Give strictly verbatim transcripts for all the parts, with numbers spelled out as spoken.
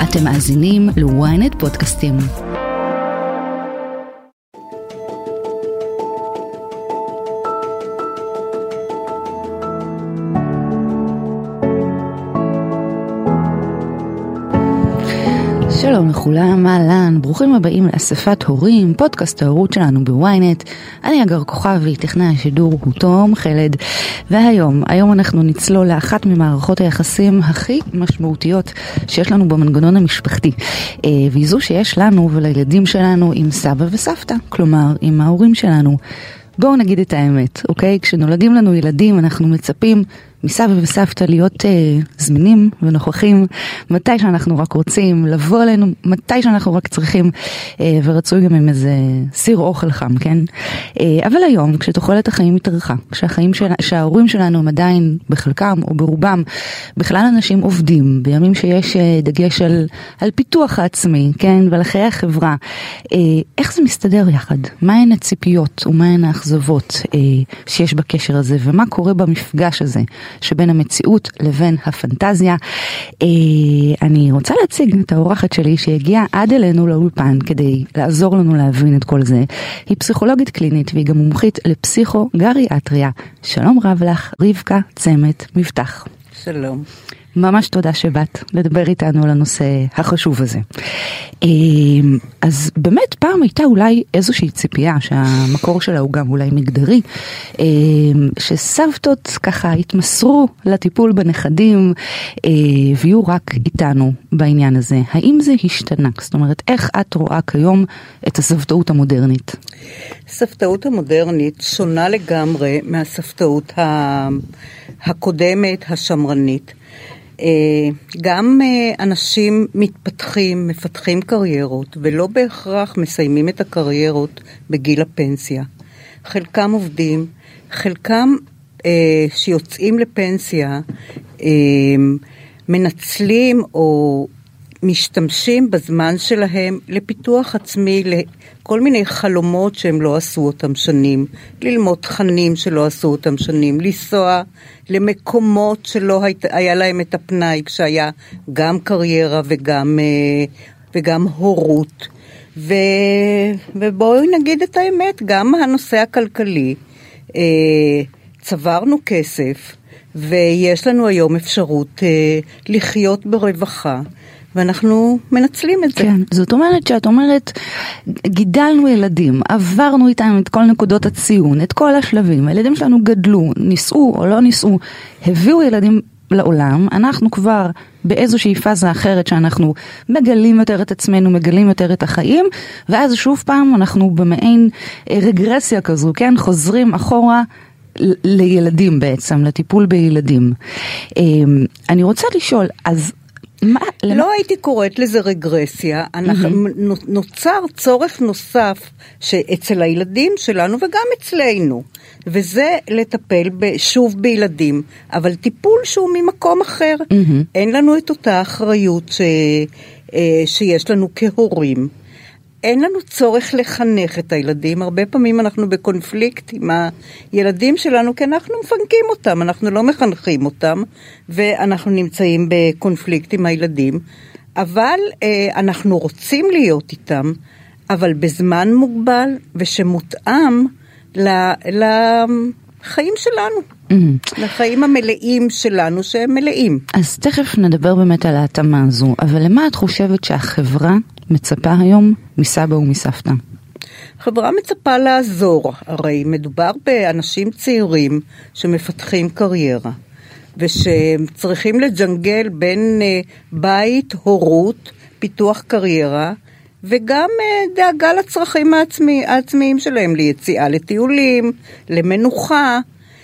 אתם מאזינים ל-ynet פודקאסטים. שלום לכולם, אהלן, ברוכים הבאים לאספת הורים, פודקאסט ההורות שלנו בוויינט. אני אגר כוכבי, טכנאי השידור הוא תום חלד, והיום, היום אנחנו נצלול לאחת ממערכות היחסים הכי משמעותיות שיש לנו במנגנון המשפחתי, והיא זו שיש לנו ולילדים שלנו עם סבא וסבתא, כלומר עם ההורים שלנו. בואו נגיד את האמת, אוקיי? כשנולדים לנו ילדים אנחנו מצפים מסבא וסבתא להיות אה, זמינים ונוכחים מתי שאנחנו רק רוצים, לבוא אלינו מתי שאנחנו רק צריכים, אה, ורצוי גם עם איזה סיר אוכל חם, כן? אה, אבל היום כשתוחלת החיים מתארכה, כשהחיים של, שההורים שלנו הם עדיין בחלקם או ברובם בכלל אנשים עובדים, בימים שיש אה, דגש על, על פיתוח העצמי, כן? ועל חיי החברה, אה, איך זה מסתדר יחד? מהן הציפיות ומהן האכזבות אה, שיש בקשר הזה, ומה קורה במפגש הזה שבין המציאות לבין הפנטזיה. אני רוצה להציג את האורחת שלי שהגיעה עד אלינו לאולפן כדי לעזור לנו להבין את כל זה. היא פסיכולוגית קלינית והיא גם מומחית לפסיכוגריאטריה. שלום רב לך, רבקה צמת מבטח. שלום. ממש תודה שבאת לדבר איתנו על הנושא החשוב הזה. אז באמת פעם הייתה אולי איזושהי ציפייה שהמקור שלה הוא גם אולי מגדרי, שסבתות ככה התמסרו לטיפול בנכדים ויהיו רק איתנו בעניין הזה. האם זה השתנה? זאת אומרת, איך את רואה כיום את הסבתאות המודרנית? הסבתאות המודרנית שונה לגמרי מהסבתאות הקודמת, השמרנית. גם אנשים מתפתחים, מפתחים קריירות, ולא בהכרח מסיימים את הקריירות בגיל הפנסיה. חלקם עובדים, חלקם שיוצאים לפנסיה, מנצלים או משתמשים בזמן שלהם לפיתוח עצמי, לכל מיני חלומות שהם לא עשו אותם שנים, ללמוד תכנים שלא עשו אותם שנים, לנסוע למקומות שלא היה להם את הפנאי, כשהיה גם קריירה וגם, וגם הורות. ו, ובואו נגיד את האמת, גם הנושא הכלכלי, צברנו כסף, ויש לנו היום אפשרות לחיות ברווחה, ואנחנו מנצלים את זה. כן, זאת אומרת שאת אומרת, גידלנו ילדים, עברנו איתם את כל נקודות הציון, את כל השלבים, הילדים שלנו גדלו, ניסו או לא ניסו, הביאו ילדים לעולם, אנחנו כבר באיזושהי פאזה אחרת שאנחנו מגלים יותר את עצמנו, מגלים יותר את החיים, ואז שוב פעם אנחנו במעין רגרסיה כזו, כן, חוזרים אחורה לילדים בעצם, לטיפול בילדים. אני רוצה לשאול, אז מה, לא למה? הייתי קוראת לזה רגרסיה, אנחנו, mm-hmm. נוצר צורך נוסף שאצל הילדים שלנו וגם אצלנו, וזה לטפל שוב בילדים, אבל טיפול שהוא ממקום אחר, mm-hmm. אין לנו את אותה אחריות ש, שיש לנו כהורים, אין לנו צורך לחנך את הילדים, הרבה פעמים אנחנו בקונפליקט עם הילדים שלנו, כי אנחנו מפנקים אותם, אנחנו לא מחנכים אותם, ואנחנו נמצאים בקונפליקט עם הילדים, אבל אה, אנחנו רוצים להיות איתם, אבל בזמן מוגבל, ושמותאם לחיים שלנו. Mm-hmm. לחיים המלאים שלנו שהם מלאים. אז תכף נדבר באמת על ההתאמה הזו, אבל למה את חושבת שהחברה מצפה היום מסבא ומסבתא? חברה מצפה לעזור, הרי מדובר באנשים צעירים שמפתחים קריירה, ושצריכים לג'נגל בין בית, הורות, פיתוח קריירה, וגם דאגה לצרכים העצמי, העצמיים שלהם, ליציאה לטיולים, למנוחה.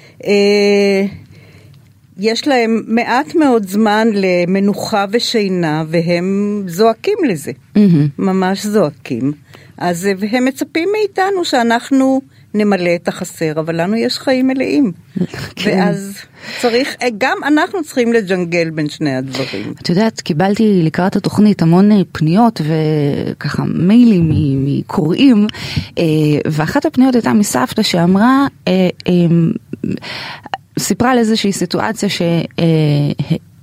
יש להם מעט מאוד זמן למנוחה ושינה, והם זועקים לזה, mm-hmm. ממש זועקים. אז הם מצפים מאיתנו שאנחנו נמלא את החסר, אבל לנו יש חיים מלאים. כן. ואז צריך, גם אנחנו צריכים לג'נגל בין שני הדברים. את יודעת, קיבלתי לקראת התוכנית המון פניות וככה מיילים מקוראים, ואחת הפניות הייתה מסבתא שאמרה, סיפרה על איזושהי סיטואציה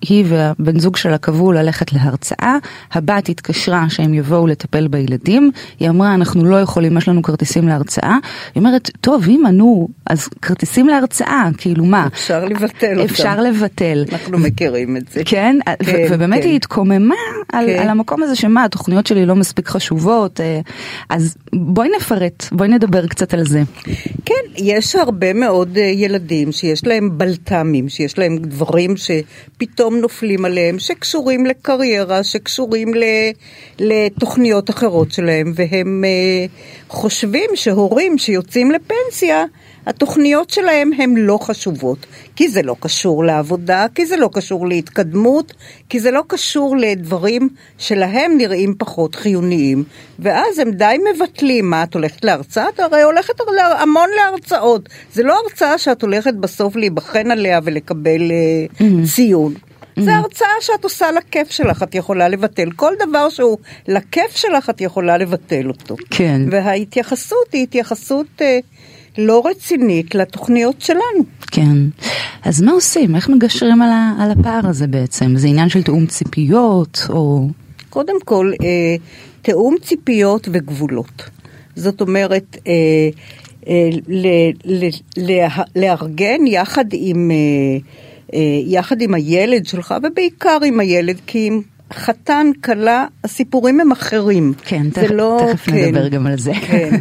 היא והבן זוג שלה קבעו ללכת להרצאה, הבת התקשרה שהם יבואו לטפל בילדים, היא אמרה אנחנו לא יכולים, יש לנו כרטיסים להרצאה, היא אומרת טוב אם ענו, אז כרטיסים להרצאה, כאילו מה? אפשר לבטל אותם. אפשר לבטל. אנחנו מכירים את זה. כן, כן ובאמת כן. היא התקוממה על, כן. על המקום הזה שמה, התוכניות שלי לא מספיק חשובות, אז בואי נפרט, בואי נדבר קצת על זה. כן, יש הרבה מאוד ילדים שיש להם בלת"מים, שיש להם דברים שפתאום נופלים עליהם, שקשורים לקריירה, שקשורים לתוכניות אחרות שלהם, והם חושבים שהורים שיוצאים לפנסיה, התוכניות שלהם הן לא חשובות, כי זה לא קשור לעבודה, כי זה לא קשור להתקדמות, כי זה לא קשור לדברים שלהם נראים פחות חיוניים, ואז הם די מבטלים. מה את הולכת להרצאה? את הרי הולכת המון להרצאות, זה לא הרצאה שאת הולכת בסוף להיבחן עליה ולקבל mm-hmm. ציון. Mm-hmm. זה הרצאה שאת עושה לכיף שלך, את יכולה לבטל. כל דבר שהוא לכיף שלך, את יכולה לבטל אותו. כן. וההתייחסות היא התייחסות אה, לא רצינית לתוכניות שלנו. כן. אז מה עושים? איך מגשרים על, ה, על הפער הזה בעצם? זה עניין של תאום ציפיות או... קודם כל, אה, תאום ציפיות וגבולות. זאת אומרת, אה, אה, ל, ל, לה, לארגן יחד עם... אה, יחד עם הילד שלך, ובעיקר עם הילד, כי עם חתן, קלה, הסיפורים הם אחרים. כן, תכף, לא, תכף כן, נדבר גם על זה. כן.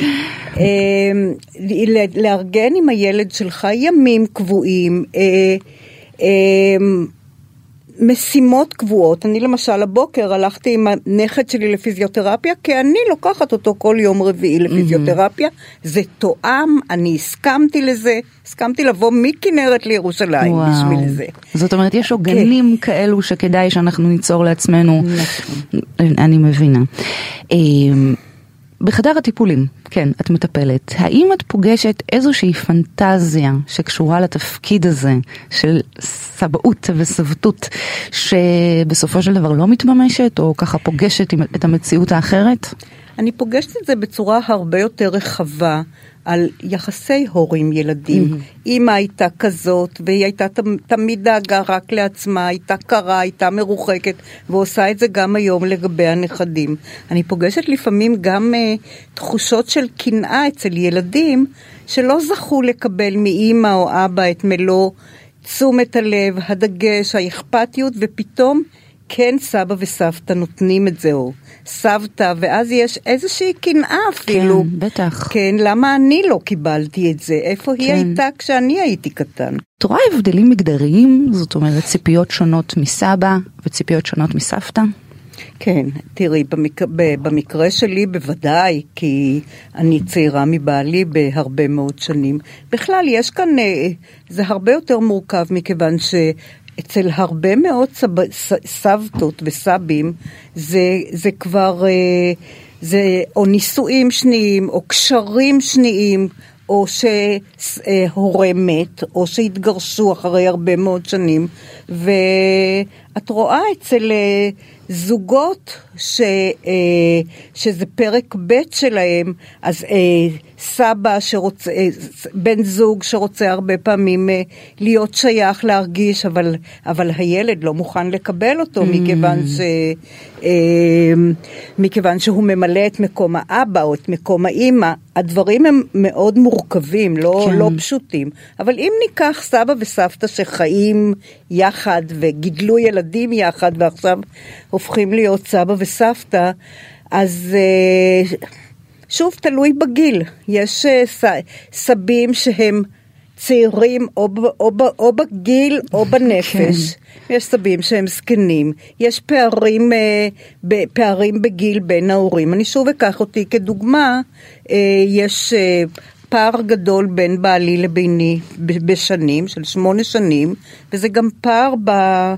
לארגן עם הילד שלך ימים קבועים, משימות קבועות. אני למשל הבוקר הלכתי עם הנכד שלי לפיזיותרפיה, כי אני לוקחת אותו כל יום רביעי לפיזיותרפיה. זה תואם, אני הסכמתי לזה, הסכמתי לבוא מכנרת לירושלים בשביל זה. זאת אומרת, יש עוגנים כאלו שכדאי שאנחנו ניצור לעצמנו. אני מבינה. בחדר הטיפולים, כן, את מטפלת. האם את פוגשת איזושהי פנטזיה שקשורה לתפקיד הזה של סבאות וסבתות, שבסופו של דבר לא מתממשת, או ככה פוגשת את המציאות האחרת? אני פוגשת את זה בצורה הרבה יותר רחבה, על יחסי הורים ילדים. Mm-hmm. אמא הייתה כזאת, והיא הייתה תמיד דאגה רק לעצמה, הייתה קרה, הייתה מרוחקת, ועושה את זה גם היום לגבי הנכדים. אני פוגשת לפעמים גם uh, תחושות של קנאה אצל ילדים, שלא זכו לקבל מאמא או אבא את מלוא תשומת הלב, הדגש, האכפתיות, ופתאום כן סבא וסבתא נותנים את זה, או סבתא, ואז יש איזושהי קנאה אפילו. כן, בטח. כן, למה אני לא קיבלתי את זה? איפה כן. היא הייתה כשאני הייתי קטן? את רואה הבדלים מגדריים? זאת אומרת, ציפיות שונות מסבא וציפיות שונות מסבתא? כן, תראי, במק... במקרה שלי בוודאי, כי אני צעירה מבעלי בהרבה מאוד שנים. בכלל, יש כאן, זה הרבה יותר מורכב מכיוון ש... אצל הרבה מאוד סב... סבתות וסבים, זה, זה כבר, זה או נישואים שניים, או קשרים שניים, או שהורה מת, או שהתגרשו אחרי הרבה מאוד שנים, ואת רואה אצל זוגות ש, שזה פרק ב' שלהם, אז סבא שרוצה, בן זוג שרוצה הרבה פעמים להיות שייך, להרגיש, אבל, אבל הילד לא מוכן לקבל אותו, mm. מכיוון ש, מכיוון שהוא ממלא את מקום האבא או את מקום האמא. הדברים הם מאוד מורכבים, לא, כן. לא פשוטים. אבל אם ניקח סבא וסבתא שחיים יחד וגידלו ילדים יחד, ועכשיו הופכים להיות סבא וסבתא, אז שוב תלוי בגיל. יש סבים שהם צעירים או, או, או בגיל או בנפש. כן. יש סבים שהם זקנים. יש פערים, פערים בגיל בין ההורים. אני שוב אקח אותי כדוגמה, יש פער גדול בין בעלי לביני בשנים, של שמונה שנים, וזה גם פער ב...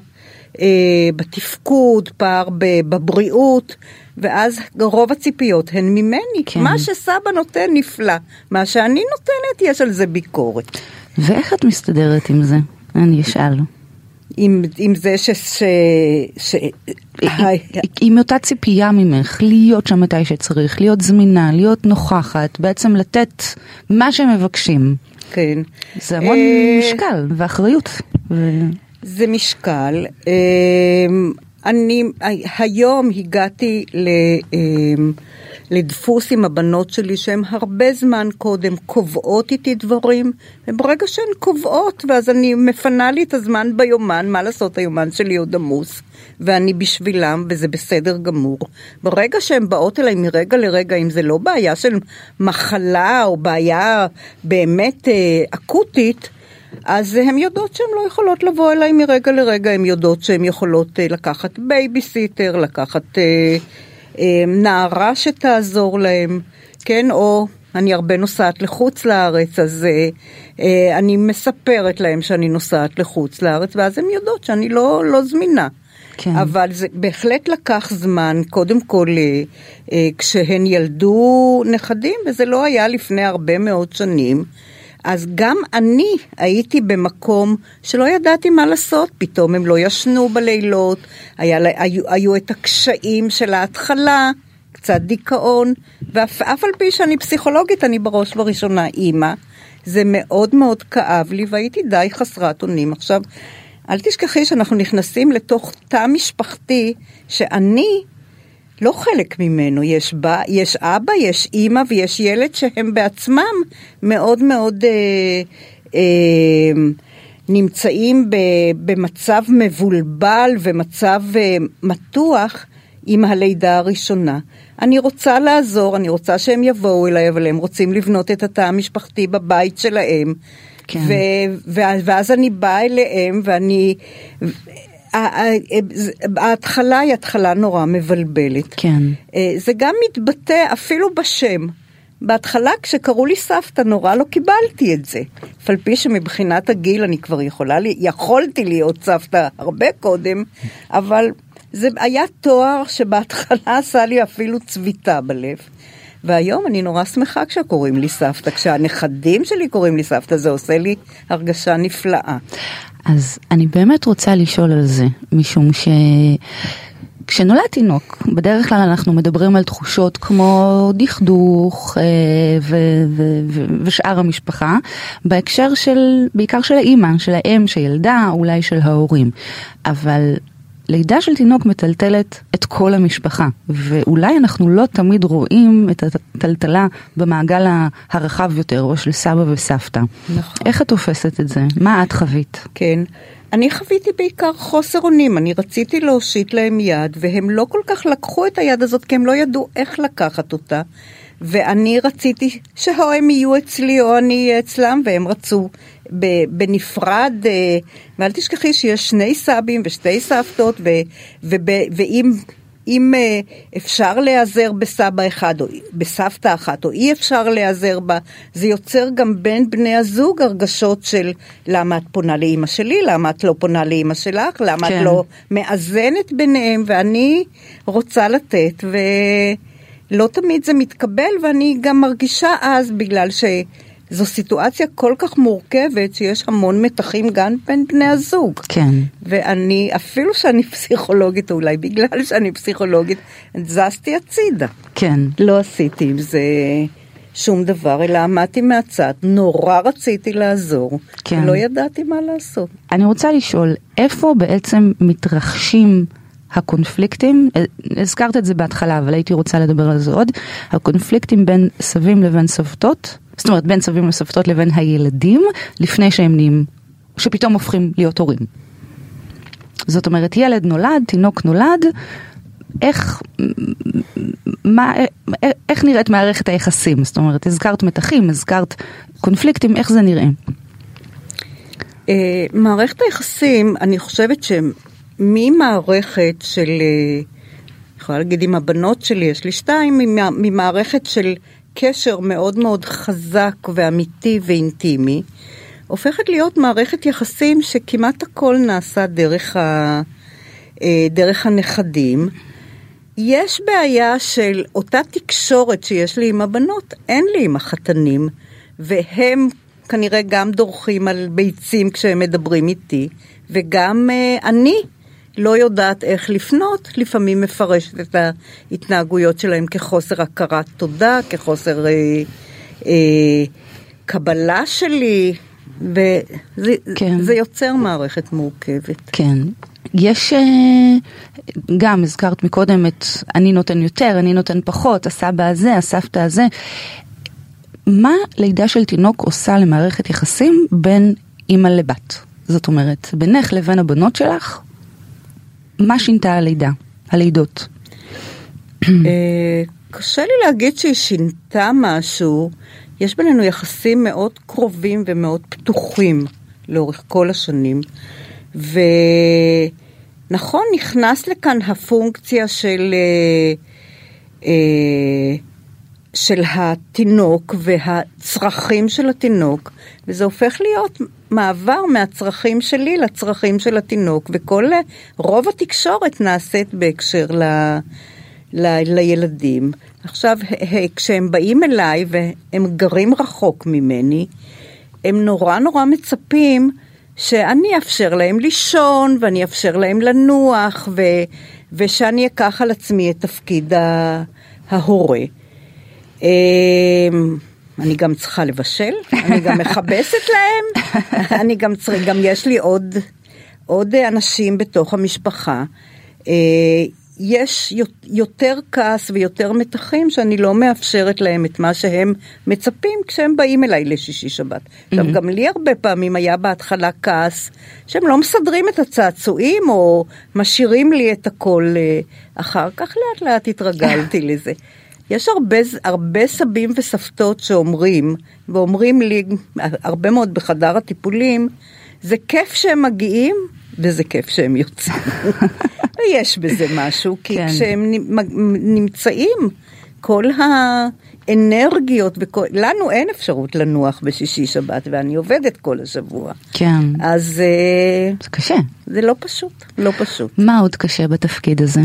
בתפקוד, פער בבריאות, ואז רוב הציפיות הן ממני. כן. מה שסבא נותן נפלא, מה שאני נותנת יש על זה ביקורת. ואיך את מסתדרת עם זה? אני אשאל. עם, עם זה ש... ש, ש עם אותה ציפייה ממך, להיות שם מתי שצריך, להיות זמינה, להיות נוכחת, בעצם לתת מה שמבקשים. כן. זה המון משקל ואחריות. ו... זה משקל. אני היום הגעתי לדפוס עם הבנות שלי שהן הרבה זמן קודם קובעות איתי דברים, וברגע שהן קובעות ואז אני מפנה לי את הזמן ביומן, מה לעשות, היומן שלי עוד עמוס ואני בשבילם וזה בסדר גמור. ברגע שהן באות אליי מרגע לרגע, אם זה לא בעיה של מחלה או בעיה באמת אה, אקוטית, אז הן יודעות שהן לא יכולות לבוא אליי מרגע לרגע, הן יודעות שהן יכולות אה, לקחת בייביסיטר, לקחת אה, אה, נערה שתעזור להם, כן, או אני הרבה נוסעת לחוץ לארץ, אז אה, אה, אני מספרת להם שאני נוסעת לחוץ לארץ, ואז הן יודעות שאני לא, לא זמינה. כן. אבל זה בהחלט לקח זמן, קודם כל אה, אה, כשהן ילדו נכדים, וזה לא היה לפני הרבה מאוד שנים, אז גם אני הייתי במקום שלא ידעתי מה לעשות, פתאום הם לא ישנו בלילות, היה, היו, היו את הקשיים של ההתחלה, קצת דיכאון, ואף על פי שאני פסיכולוגית, אני בראש בראשונה אימא, זה מאוד מאוד כאב לי, והייתי די חסרת אונים. עכשיו, אל תשכחי שאנחנו נכנסים לתוך תא משפחתי, שאני לא חלק ממנו, יש, בא, יש אבא, יש אימא ויש ילד שהם בעצמם מאוד מאוד אה, אה, נמצאים ב, במצב מבולבל ומצב אה, מתוח עם הלידה הראשונה. אני רוצה לעזור, אני רוצה שהם יבואו אליי, אבל הם רוצים לבנות את התא המשפחתי בבית שלהם, כן. ו- ואז אני באה אליהם ואני... ההתחלה היא התחלה נורא מבלבלת. כן. זה גם מתבטא אפילו בשם. בהתחלה כשקראו לי סבתא נורא לא קיבלתי את זה. על פי שמבחינת הגיל אני כבר יכולה, יכולתי להיות סבתא הרבה קודם, אבל זה היה תואר שבהתחלה עשה לי אפילו צביטה בלב. והיום אני נורא שמחה כשקוראים לי סבתא, כשהנכדים שלי קוראים לי סבתא, זה עושה לי הרגשה נפלאה. אז אני באמת רוצה לשאול על זה, משום שכשנולד תינוק, בדרך כלל אנחנו מדברים על תחושות כמו דכדוך ו- ו- ו- ושאר המשפחה, בהקשר של, בעיקר של האמא, של האם, שילדה, אולי של ההורים. אבל לידה של תינוק מטלטלת את כל המשפחה, ואולי אנחנו לא תמיד רואים את הטלטלה במעגל הרחב יותר, או של סבא וסבתא. נכון. איך את תופסת את זה? מה את חווית? כן, אני חוויתי בעיקר חוסר אונים, אני רציתי להושיט להם יד, והם לא כל כך לקחו את היד הזאת, כי הם לא ידעו איך לקחת אותה, ואני רציתי שהם יהיו אצלי או אני אהיה אצלם, והם רצו בנפרד, ואל תשכחי שיש שני סבים ושתי סבתות, ואם אם אפשר להיעזר בסבא אחד או בסבתא אחת, או אי אפשר להיעזר בה, זה יוצר גם בין בני הזוג הרגשות של למה את פונה לאמא שלי, למה את לא פונה לאמא שלך, למה כן. את לא מאזנת ביניהם, ואני רוצה לתת, ולא תמיד זה מתקבל, ואני גם מרגישה אז, בגלל שזו סיטואציה כל כך מורכבת, שיש המון מתחים גם בין בני הזוג. כן. ואני, אפילו שאני פסיכולוגית, אולי בגלל שאני פסיכולוגית, זזתי הצידה. כן. לא עשיתי עם זה שום דבר, אלא עמדתי מהצד, נורא רציתי לעזור, כן. ולא ידעתי מה לעשות. אני רוצה לשאול, איפה בעצם מתרחשים הקונפליקטים, הזכרת את זה בהתחלה, אבל הייתי רוצה לדבר על זה עוד, הקונפליקטים בין סבים לבין סבתות, זאת אומרת, בין סבים וסבתות לבין הילדים, לפני שהם נהיים, שפתאום הופכים להיות הורים. זאת אומרת, ילד נולד, תינוק נולד, איך, מה, איך נראית מערכת היחסים? זאת אומרת, הזכרת מתחים, הזכרת קונפליקטים, איך זה נראה? מערכת היחסים, אני חושבת שהם, ממערכת של, אני יכולה להגיד עם הבנות שלי, יש לי שתיים, ממערכת של קשר מאוד מאוד חזק ואמיתי ואינטימי, הופכת להיות מערכת יחסים שכמעט הכל נעשה דרך, ה, דרך הנכדים. יש בעיה של אותה תקשורת שיש לי עם הבנות, אין לי עם החתנים, והם כנראה גם דורכים על ביצים כשהם מדברים איתי, וגם אני לא יודעת איך לפנות, לפעמים מפרשת את ההתנהגויות שלהם כחוסר הכרת תודה, כחוסר אה, אה, קבלה שלי, וזה כן. זה יוצר מערכת מורכבת. כן. יש, גם הזכרת מקודם את אני נותן יותר, אני נותן פחות, הסבא הזה, הסבתא הזה. מה לידה של תינוק עושה למערכת יחסים בין אמא לבת? זאת אומרת, בינך לבין הבנות שלך, מה שינתה הלידה, הלידות? קשה לי להגיד שהיא שינתה משהו. יש בינינו יחסים מאוד קרובים ומאוד פתוחים לאורך כל השנים. ונכון, נכנס לכאן הפונקציה של, של התינוק והצרכים של התינוק, וזה הופך להיות מעבר מהצרכים שלי לצרכים של התינוק, וכל רוב התקשורת נעשית בהקשר ל, ל, לילדים. עכשיו, כשהם באים אליי והם גרים רחוק ממני, הם נורא נורא מצפים שאני אפשר להם לישון, ואני אפשר להם לנוח, ו, ושאני אקח על עצמי את תפקיד ההורה. אני גם צריכה לבשל, אני גם מחבסת להם, אני גם צריך, גם יש לי עוד, עוד אנשים בתוך המשפחה. יש יותר כעס ויותר מתחים שאני לא מאפשרת להם את מה שהם מצפים כשהם באים אליי לשישי שבת. עכשיו, גם לי הרבה פעמים היה בהתחלה כעס שהם לא מסדרים את הצעצועים או משאירים לי את הכל. אחר כך לאט לאט התרגלתי לזה. יש הרבה, הרבה סבים וסבתות שאומרים, ואומרים לי הרבה מאוד בחדר הטיפולים, זה כיף שהם מגיעים וזה כיף שהם יוצאים. ויש בזה משהו, כי כן. כשהם נמצאים, כל האנרגיות, וכל, לנו אין אפשרות לנוח בשישי שבת, ואני עובדת כל השבוע. כן. אז זה קשה. זה לא פשוט, לא פשוט. מה עוד קשה בתפקיד הזה?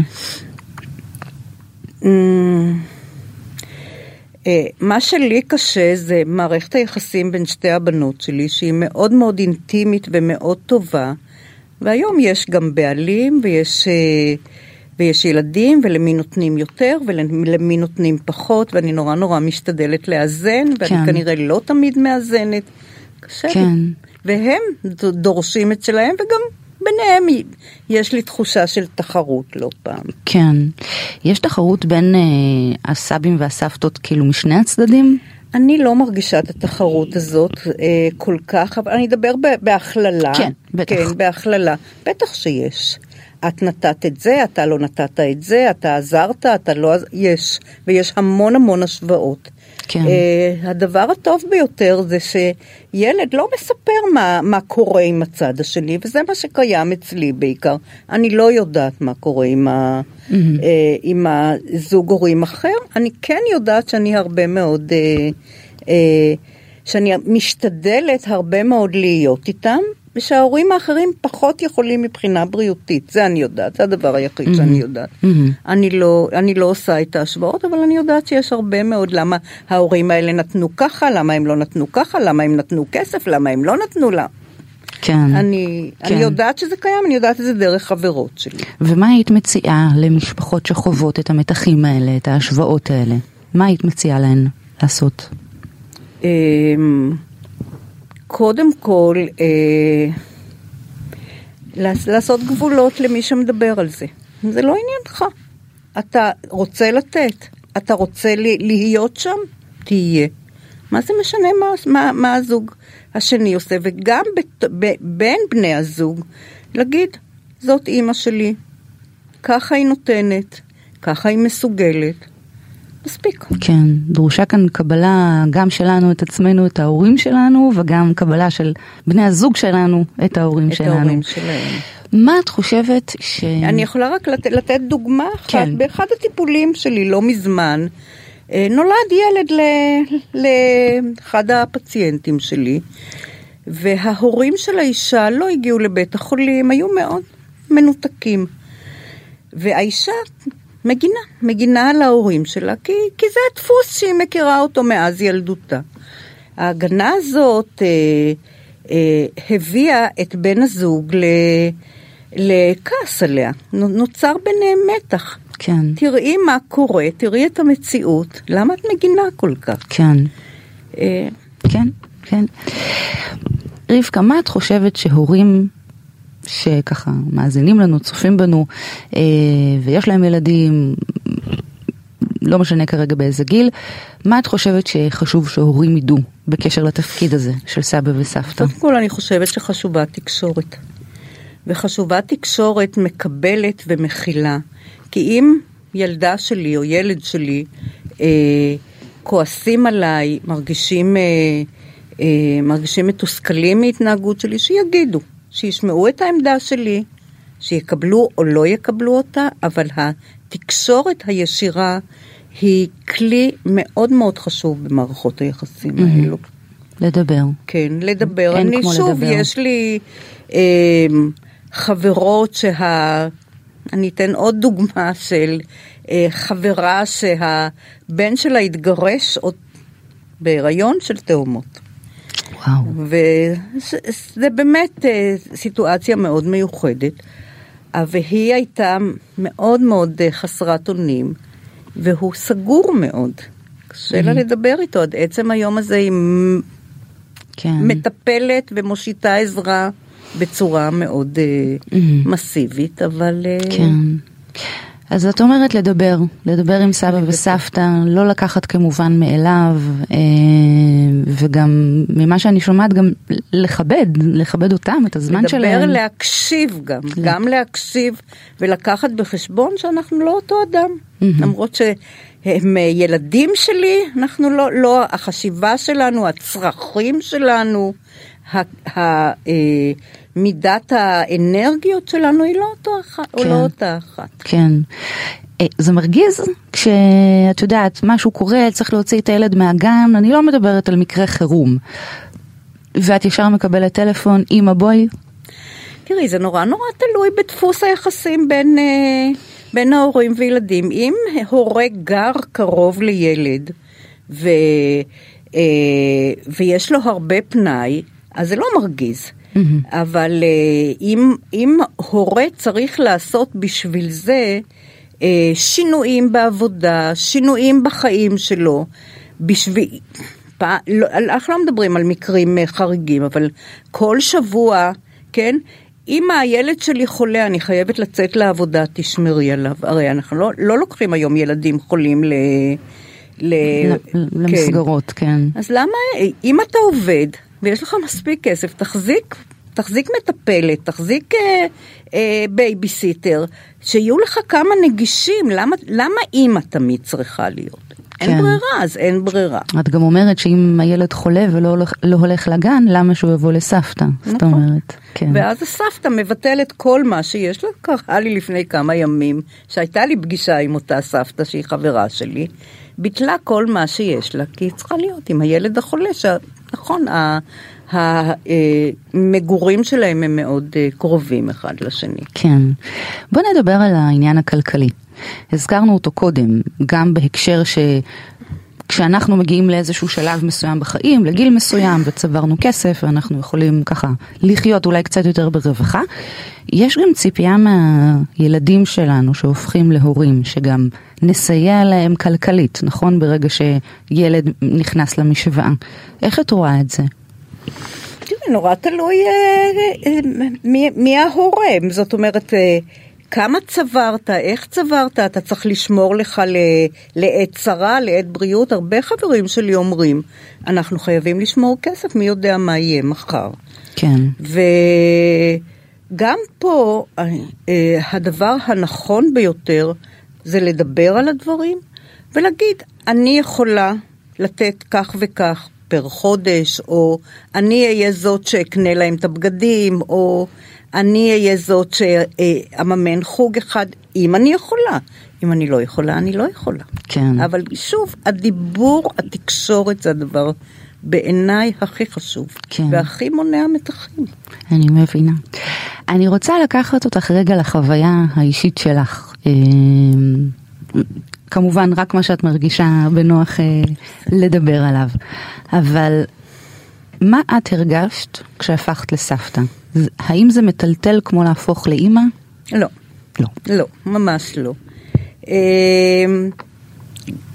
מה שלי קשה זה מערכת היחסים בין שתי הבנות שלי, שהיא מאוד מאוד אינטימית ומאוד טובה, והיום יש גם בעלים ויש, ויש ילדים, ולמי נותנים יותר ולמי נותנים פחות, ואני נורא נורא משתדלת לאזן, ואני כן. כנראה לא תמיד מאזנת. קשה כן. לי. והם דורשים את שלהם, וגם ביניהם יש לי תחושה של תחרות לא פעם. כן. יש תחרות בין אה, הסבים והסבתות כאילו משני הצדדים? אני לא מרגישה את התחרות הזאת אה, כל כך, אבל אני אדבר בהכללה. כן, בטח. כן, בהכללה. בטח שיש. את נתת את זה, אתה לא נתת את זה, אתה עזרת, אתה לא... יש, ויש המון המון השוואות. כן. Uh, הדבר הטוב ביותר זה שילד לא מספר מה, מה קורה עם הצד השני, וזה מה שקיים אצלי בעיקר. אני לא יודעת מה קורה עם, ה, mm-hmm. uh, עם הזוג הורים אחר. אני כן יודעת שאני הרבה מאוד, uh, uh, שאני משתדלת הרבה מאוד להיות איתם, ושההורים האחרים פחות יכולים מבחינה בריאותית. זה אני יודעת, זה הדבר היחיד mm-hmm. שאני יודעת. Mm-hmm. אני לא, אני לא עושה את ההשוואות, אבל אני יודעת שיש הרבה מאוד למה ההורים האלה נתנו ככה, למה הם לא נתנו ככה, למה הם נתנו כסף, למה הם לא נתנו לה. כן. אני, כן. אני יודעת שזה קיים, אני יודעת את זה דרך חברות שלי. ומה היית מציעה למשפחות שחוות את המתחים האלה, את ההשוואות האלה? מה היית מציעה להן לעשות? קודם כל, אה, לעשות גבולות למי שמדבר על זה. זה לא עניינך. אתה רוצה לתת, אתה רוצה להיות שם, תהיה. מה זה משנה מה, מה, מה הזוג השני עושה? וגם ב, ב, בין בני הזוג, להגיד, זאת אמא שלי, ככה היא נותנת, ככה היא מסוגלת. מספיק. כן, דרושה כאן קבלה גם שלנו את עצמנו, את ההורים שלנו, וגם קבלה של בני הזוג שלנו, את ההורים את שלנו. את ההורים שלהם. מה את חושבת ש... אני יכולה רק לתת, לתת דוגמה אחת. כן. באחד הטיפולים שלי לא מזמן, נולד ילד ל, לאחד הפציינטים שלי, וההורים של האישה לא הגיעו לבית החולים, היו מאוד מנותקים. והאישה... מגינה, מגינה על ההורים שלה, כי, כי זה הדפוס שהיא מכירה אותו מאז ילדותה. ההגנה הזאת אה, אה, הביאה את בן הזוג ל, לכעס עליה. נוצר ביניהם מתח. כן. תראי מה קורה, תראי את המציאות, למה את מגינה כל כך? כן. אה, כן, כן. רבקה, מה את חושבת שהורים שככה מאזינים לנו, צופים בנו, אה, ויש להם ילדים, לא משנה כרגע באיזה גיל, מה את חושבת שחשוב שהורים ידעו בקשר לתפקיד הזה של סבא וסבתא? קודם כל אני חושבת שחשובה תקשורת. וחשובה תקשורת מקבלת ומכילה. כי אם ילדה שלי או ילד שלי אה, כועסים עליי, מרגישים, אה, אה, מרגישים מתוסכלים מהתנהגות שלי, שיגידו, שישמעו את העמדה שלי, שיקבלו או לא יקבלו אותה, אבל התקשורת הישירה היא כלי מאוד מאוד חשוב במערכות היחסים mm-hmm. האלו. לדבר. כן, לדבר. אני שוב, לדבר. יש לי אה, חברות שה... אני אתן עוד דוגמה של אה, חברה שהבן שלה התגרש עוד בהיריון של תאומות. וואו. וזה באמת אה, סיטואציה מאוד מיוחדת. והיא הייתה מאוד מאוד חסרת אונים, והוא סגור מאוד. קשה לה לדבר איתו, עד עצם היום הזה היא מטפלת ומושיטה עזרה בצורה מאוד מסיבית, אבל... כן. אז את אומרת לדבר, לדבר עם סבא וסבתא, לא לקחת כמובן מאליו, וגם ממה שאני שומעת גם לכבד, לכבד אותם, את הזמן שלהם. לדבר, להקשיב גם, גם להקשיב ולקחת בחשבון שאנחנו לא אותו אדם. למרות שהם ילדים שלי, אנחנו לא, לא, החשיבה שלנו, הצרכים שלנו, מידת האנרגיות שלנו היא לא אותו אחת, או לא אותה אחת. כן. זה מרגיז כשאת יודעת, משהו קורה, צריך להוציא את הילד מהגן, אני לא מדברת על מקרה חירום. ואת ישר מקבלת טלפון, אמא בואי. תראי, זה נורא נורא תלוי בדפוס היחסים בין, בין ההורים וילדים. אם הורה גר קרוב לילד, ו, ויש לו הרבה פנאי, אז זה לא מרגיז. Mm-hmm. אבל אם, אם הורה צריך לעשות בשביל זה שינויים בעבודה, שינויים בחיים שלו, בשביל... לא, אנחנו לא מדברים על מקרים חריגים, אבל כל שבוע, כן, אם הילד שלי חולה, אני חייבת לצאת לעבודה, תשמרי עליו. הרי אנחנו לא, לא לוקחים היום ילדים חולים ל... ל... למסגרות, כן. כן. אז למה, אם אתה עובד, ויש לך מספיק כסף, תחזיק, תחזיק מטפלת, תחזיק אה, אה, בייביסיטר, שיהיו לך כמה נגישים. למה, למה אימא תמיד צריכה להיות? אין כן. ברירה, אז אין ברירה. את גם אומרת שאם הילד חולה ולא הולך, לא הולך לגן, למה שהוא יבוא לסבתא? נכון. זאת אומרת, כן. ואז הסבתא מבטלת כל מה שיש לה. קרה לי לפני כמה ימים, שהייתה לי פגישה עם אותה סבתא שהיא חברה שלי, ביטלה כל מה שיש לה, כי היא צריכה להיות עם הילד החולה, שנכון, המגורים שלהם הם מאוד קרובים אחד לשני. כן. בוא נדבר על העניין הכלכלי. הזכרנו אותו קודם, גם בהקשר שכשאנחנו מגיעים לאיזשהו שלב מסוים בחיים, לגיל מסוים וצברנו כסף, ואנחנו יכולים ככה לחיות אולי קצת יותר ברווחה, יש גם ציפייה מהילדים שלנו שהופכים להורים, שגם נסייע להם כלכלית, נכון? ברגע שילד נכנס למשוואה. איך את רואה את זה? נורא תלוי מי, מי ההורה, זאת אומרת... כמה צברת, איך צברת, אתה צריך לשמור לך לעת צרה, לעת בריאות. הרבה חברים שלי אומרים, אנחנו חייבים לשמור כסף, מי יודע מה יהיה מחר. כן. וגם פה, הדבר הנכון ביותר, זה לדבר על הדברים, ולהגיד, אני יכולה לתת כך וכך פר חודש, או אני אהיה זאת שאקנה להם את הבגדים, או... אני אהיה זאת שאממן חוג אחד, אם אני יכולה. אם אני לא יכולה, אני לא יכולה. כן. אבל שוב, הדיבור, התקשורת זה הדבר בעיניי הכי חשוב. כן. והכי מונע מתחים. אני מבינה. אני רוצה לקחת אותך רגע לחוויה האישית שלך. כמובן, רק מה שאת מרגישה בנוח לדבר עליו. אבל מה את הרגשת כשהפכת לסבתא? האם זה מטלטל כמו להפוך לאמא? לא. לא. לא, ממש לא.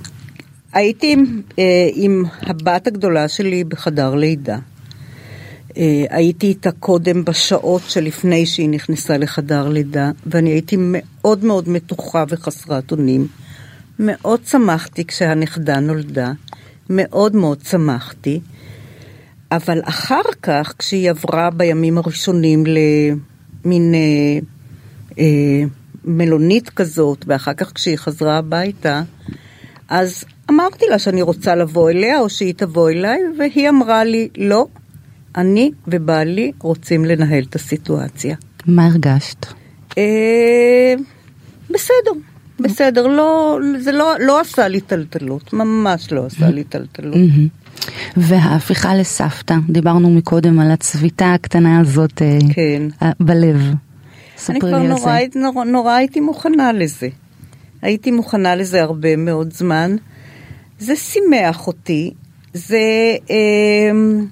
הייתי עם הבת הגדולה שלי בחדר לידה. הייתי איתה קודם בשעות שלפני שהיא נכנסה לחדר לידה, ואני הייתי מאוד מאוד מתוחה וחסרת אונים. מאוד שמחתי כשהנכדה נולדה, מאוד מאוד שמחתי, אבל אחר כך, כשהיא עברה בימים הראשונים למין אה, אה, מלונית כזאת, ואחר כך כשהיא חזרה הביתה, אז אמרתי לה שאני רוצה לבוא אליה, או שהיא תבוא אליי, והיא אמרה לי, לא, אני ובעלי רוצים לנהל את הסיטואציה. מה הרגשת? אה, בסדר, בסדר, לא, זה לא, לא עשה לי טלטלות, ממש לא עשה לי טלטלות. וההפיכה לסבתא, דיברנו מקודם על הצביטה הקטנה הזאת כן. בלב. אני כבר נורא, נורא, נורא הייתי מוכנה לזה. הייתי מוכנה לזה הרבה מאוד זמן. זה שימח אותי, זה אה,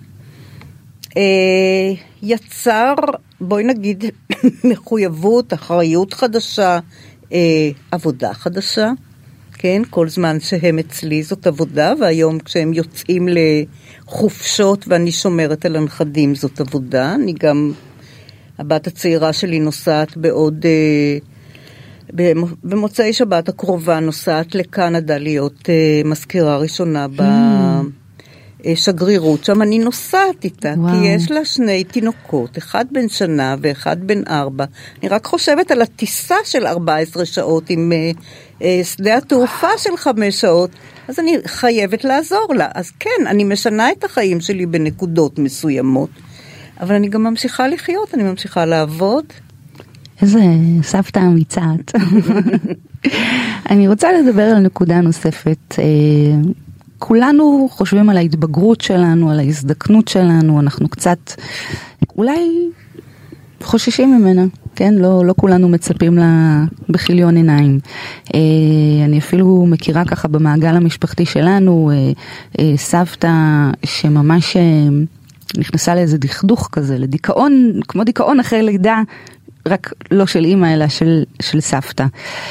אה, יצר, בואי נגיד, מחויבות, אחריות חדשה, אה, עבודה חדשה, כן? כל זמן שהם אצלי זאת עבודה, והיום כשהם יוצאים לחופשות ואני שומרת על הנכדים זאת עבודה. אני גם, הבת הצעירה שלי נוסעת בעוד, אה, במוצאי שבת הקרובה נוסעת לקנדה להיות אה, מזכירה ראשונה ב... שגרירות, שם אני נוסעת איתה, וואו. כי יש לה שני תינוקות, אחד בן שנה ואחד בן ארבע. אני רק חושבת על הטיסה של ארבע עשרה שעות עם אה, אה, שדה התעופה של חמש שעות, אז אני חייבת לעזור לה. אז כן, אני משנה את החיים שלי בנקודות מסוימות, אבל אני גם ממשיכה לחיות, אני ממשיכה לעבוד. איזה סבתא אמיצת. אני רוצה לדבר על נקודה נוספת. כולנו חושבים על ההתבגרות שלנו, על ההזדקנות שלנו, אנחנו קצת אולי חוששים ממנה, כן? לא, לא כולנו מצפים לה בחיליון עיניים. אני אפילו מכירה ככה במעגל המשפחתי שלנו, סבתא שממש נכנסה לאיזה דכדוך כזה, לדיכאון, כמו דיכאון אחרי לידה, רק לא של אמא אלא של, של סבתא.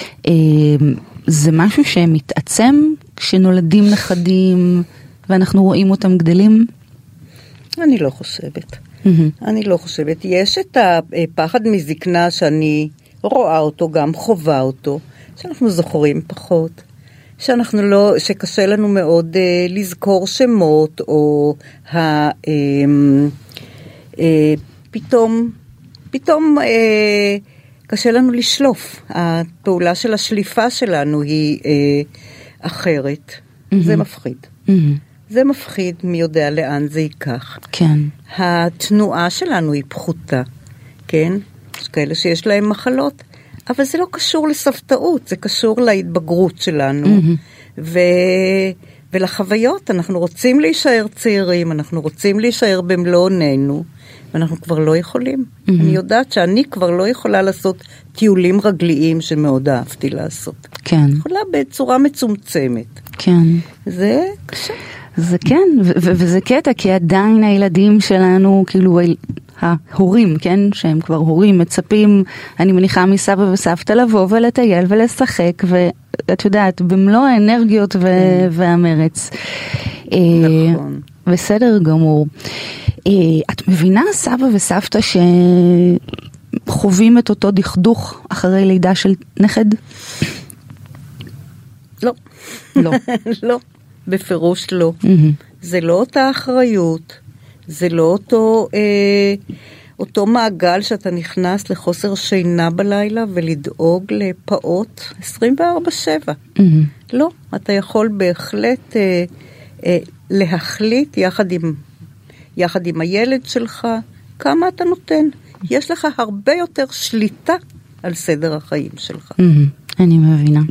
זה משהו שמתעצם כשנולדים נכדים ואנחנו רואים אותם גדלים? אני לא חושבת. Mm-hmm. אני לא חושבת. יש את הפחד מזקנה שאני רואה אותו, גם חובה אותו, שאנחנו זוכרים פחות, שאנחנו לא, שקשה לנו מאוד uh, לזכור שמות, או ה, uh, uh, פתאום, פתאום uh, קשה לנו לשלוף. הפעולה של השליפה שלנו היא אה, אחרת. Mm-hmm. זה מפחיד. Mm-hmm. זה מפחיד, מי יודע לאן זה ייקח. כן. התנועה שלנו היא פחותה, כן? יש כאלה שיש להם מחלות, אבל זה לא קשור לסבתאות, זה קשור להתבגרות שלנו. Mm-hmm. ו... ולחוויות, אנחנו רוצים להישאר צעירים, אנחנו רוצים להישאר במלוא עוננו, ואנחנו כבר לא יכולים. Mm-hmm. אני יודעת שאני כבר לא יכולה לעשות טיולים רגליים שמאוד אהבתי לעשות. כן. יכולה בצורה מצומצמת. כן. זה קשה. זה כן, ו- ו- וזה קטע, כי עדיין הילדים שלנו, כאילו ההורים, כן, שהם כבר הורים, מצפים, אני מניחה מסבא וסבתא לבוא ולטייל ולשחק, ואת יודעת, במלוא האנרגיות ו- כן. והמרץ. נכון. בסדר גמור. את מבינה סבא וסבתא שחווים את אותו דכדוך אחרי לידה של נכד? לא. לא. לא. בפירוש לא. זה לא אותה אחריות. זה לא אותו, אה, אותו מעגל שאתה נכנס לחוסר שינה בלילה ולדאוג לפעות עשרים וארבע שבע. לא. אתה יכול בהחלט אה, אה, להחליט יחד עם יחד עם הילד שלך, כמה אתה נותן. יש לך הרבה יותר שליטה על סדר החיים שלך. אני מבינה.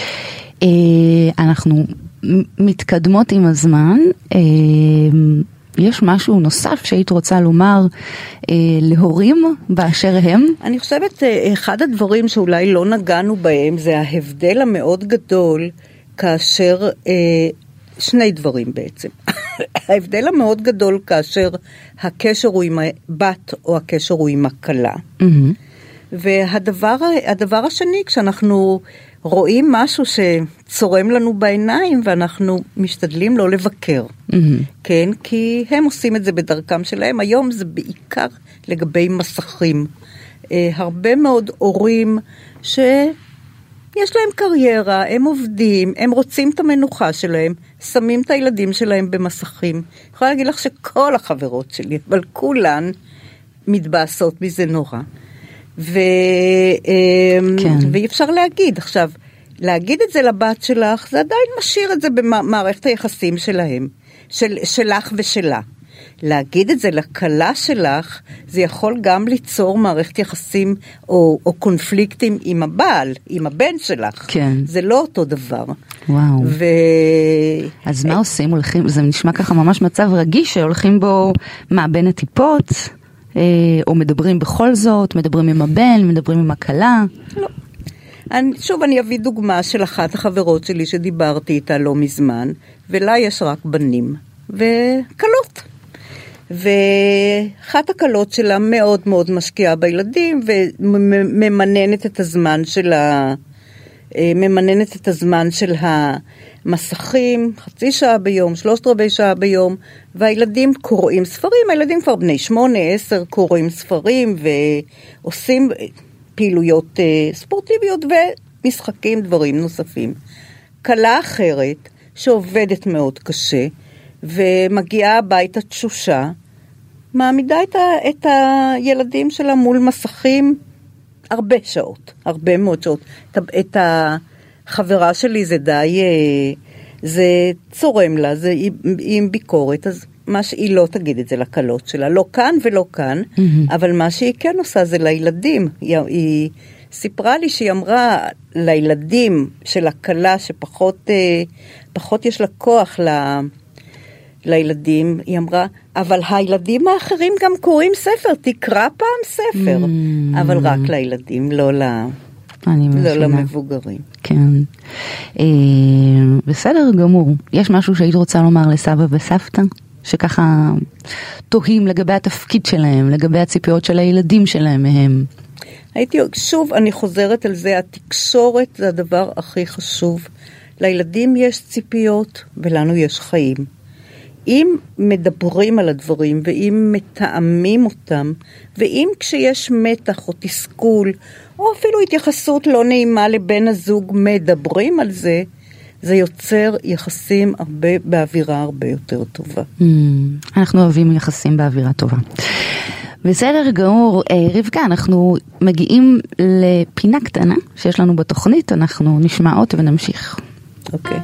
אנחנו מתקדמות עם הזמן. יש משהו נוסף שהיית רוצה לומר להורים באשר הם? אני חושבת, אחד הדברים שאולי לא נגענו בהם, זה ההבדל המאוד גדול, כאשר, שני דברים בעצם. ההבדל המאוד גדול כאשר הקשר הוא עם הבת או הקשר הוא עם הכלה. Mm-hmm. והדבר הדבר השני, כשאנחנו רואים משהו שצורם לנו בעיניים, ואנחנו משתדלים לא לבקר, mm-hmm. כן? כי הם עושים את זה בדרכם שלהם. היום זה בעיקר לגבי מסכים. אה, הרבה מאוד הורים שיש להם קריירה, הם עובדים, הם רוצים את המנוחה שלהם, שמים את הילדים שלהם במסכים. אני יכולה להגיד לך שכל החברות שלי, אבל כולן מתבאסות מזה נורא. ו... כן. ואי אפשר להגיד. עכשיו, להגיד את זה לבת שלך, זה עדיין משאיר את זה במערכת היחסים שלהם, של, שלך ושלה. להגיד את זה לקלה שלך, זה יכול גם ליצור מערכת יחסים או, או קונפליקטים עם הבעל, עם הבן שלך. כן. זה לא אותו דבר. וואו. ו... אז מה עושים? הולכים, זה נשמע ככה ממש מצב רגיש, שהולכים בו מה, בין הטיפות? או מדברים בכל זאת, מדברים עם הבן, מדברים עם הקלה? לא. אני, שוב, אני אביא דוגמה של אחת החברות שלי שדיברתי איתה לא מזמן, ולה יש רק בנים וקלות. ואחת הקלות שלה מאוד מאוד משקיעה בילדים, וממננת את הזמן שלה, ממננת את הזמן של המסכים, חצי שעה ביום, שלושת רבעי שעה ביום, והילדים קוראים ספרים, הילדים כבר בני שמונה, עשר קוראים ספרים, ועושים פעילויות ספורטיביות ומשחקים, דברים נוספים. קלה אחרת, שעובדת מאוד קשה, ומגיעה הביתה תשושה, מעמידה את, ה, את הילדים שלה מול מסכים הרבה שעות, הרבה מאוד שעות. את, את החברה שלי זה די, זה צורם לה, זה עם ביקורת, אז מה שהיא לא תגיד את זה לקלות שלה, לא כאן ולא כאן, mm-hmm. אבל מה שהיא כן עושה זה לילדים. היא, היא סיפרה לי שהיא אמרה לילדים של הקלה שפחות פחות יש לה כוח ל... לילדים, היא אמרה, אבל הילדים האחרים גם קוראים ספר, תקרא פעם ספר, mm. אבל רק לילדים, לא, ל... לא למבוגרים. כן. אה, בסדר גמור. יש משהו שהיית רוצה לומר לסבא וסבתא? שככה תוהים לגבי התפקיד שלהם, לגבי הציפיות של הילדים שלהם מהם. הייתי, שוב, אני חוזרת על זה, התקשורת זה הדבר הכי חשוב. לילדים יש ציפיות, ולנו יש חיים. אם מדברים על הדברים, ואם מתאמים אותם, ואם כשיש מתח או תסכול, או אפילו התייחסות לא נעימה לבן הזוג, מדברים על זה, זה יוצר יחסים הרבה, באווירה הרבה יותר טובה. Mm, אנחנו אוהבים יחסים באווירה טובה. בסדר גמור, רבקה, אנחנו מגיעים לפינה קטנה שיש לנו בתוכנית, אנחנו נשמע אותה ונמשיך. אוקיי.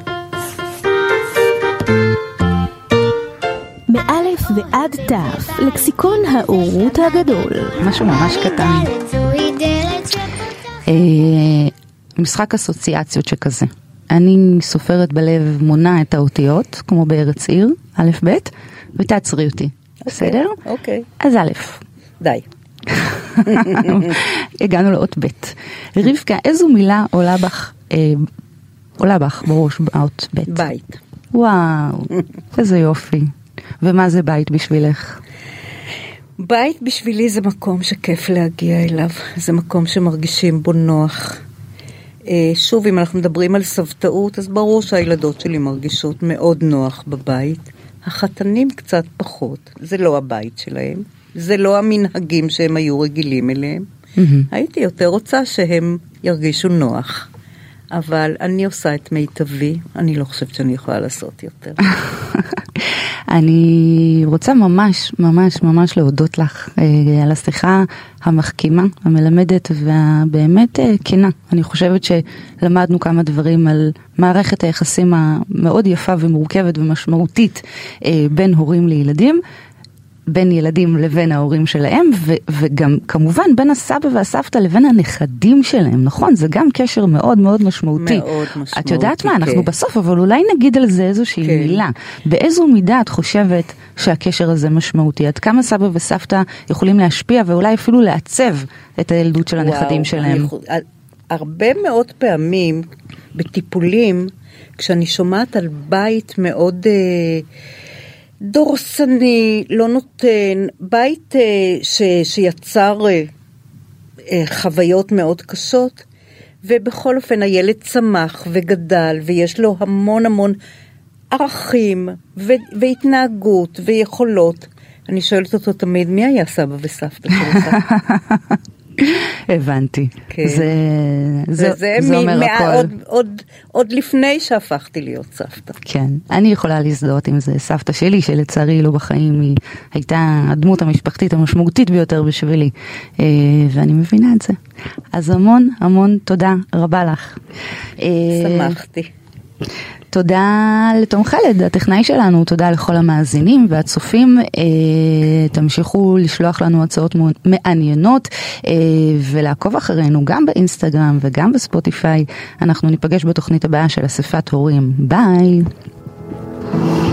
מאלף ועד תף, לקסיקון האורות הגדול. משהו ממש קטן. משחק אסוציאציות שכזה. אני סופרת בלב, מונה את האותיות, כמו בארץ עיר, א' ב', ותעצרי אותי. בסדר? אוקיי. אז א'. די. הגענו לאות ב'. רבקה, איזו מילה עולה בך, עולה בך בראש באות ב'? בית. וואו, איזה יופי. ומה זה בית בשבילך? בית בשבילי זה מקום שכיף להגיע אליו. זה מקום שמרגישים בו נוח. שוב, אם אנחנו מדברים על סבתאות, אז ברור שהילדות שלי מרגישות מאוד נוח בבית. החתנים קצת פחות. זה לא הבית שלהם. זה לא המנהגים שהם היו רגילים אליהם. Mm-hmm. הייתי יותר רוצה שהם ירגישו נוח. אבל אני עושה את מיטבי. אני לא חושבת שאני יכולה לעשות יותר. אני רוצה ממש, ממש, ממש להודות לך אה, על השיחה המחכימה, המלמדת והבאמת אה, כנה. אני חושבת שלמדנו כמה דברים על מערכת היחסים המאוד יפה ומורכבת ומשמעותית אה, בין הורים לילדים, בין ילדים לבין ההורים שלהם, ו- וגם כמובן בין הסבא והסבתא לבין הנכדים שלהם, נכון? זה גם קשר מאוד מאוד משמעותי. מאוד משמעותי. את יודעת מה? אנחנו בסוף, אבל אולי נגיד על זה איזושהי כן. מילה. באיזו מידה את חושבת שהקשר הזה משמעותי? עד כמה סבא וסבתא יכולים להשפיע ואולי אפילו לעצב את הילדות של הנכדים וואו, שלהם? יכול... הרבה מאוד פעמים בטיפולים, כשאני שומעת על בית מאוד... דורסני, לא נותן, בית ש, שיצר חוויות מאוד קשות, ובכל אופן הילד צמח וגדל, ויש לו המון המון ערכים, ו- והתנהגות, ויכולות. אני שואלת אותו תמיד, מי היה סבא וסבתא שלך? הבנתי. כן. זה, זה, וזה זה אומר מ- הכל. עוד, עוד, עוד לפני שהפכתי להיות סבתא. כן, אני יכולה להזדהות עם זה. סבתא שלי, שלצערי לא בחיים, היא הייתה הדמות המשפחתית המשמעותית ביותר בשבילי, ואני מבינה את זה. אז המון המון תודה רבה לך. שמחתי. תודה לתום חלד, הטכנאי שלנו, תודה לכל המאזינים והצופים, תמשיכו לשלוח לנו הצעות מעניינות ולעקוב אחרינו גם באינסטגרם וגם בספוטיפיי. אנחנו ניפגש בתוכנית הבאה של אספת הורים. ביי.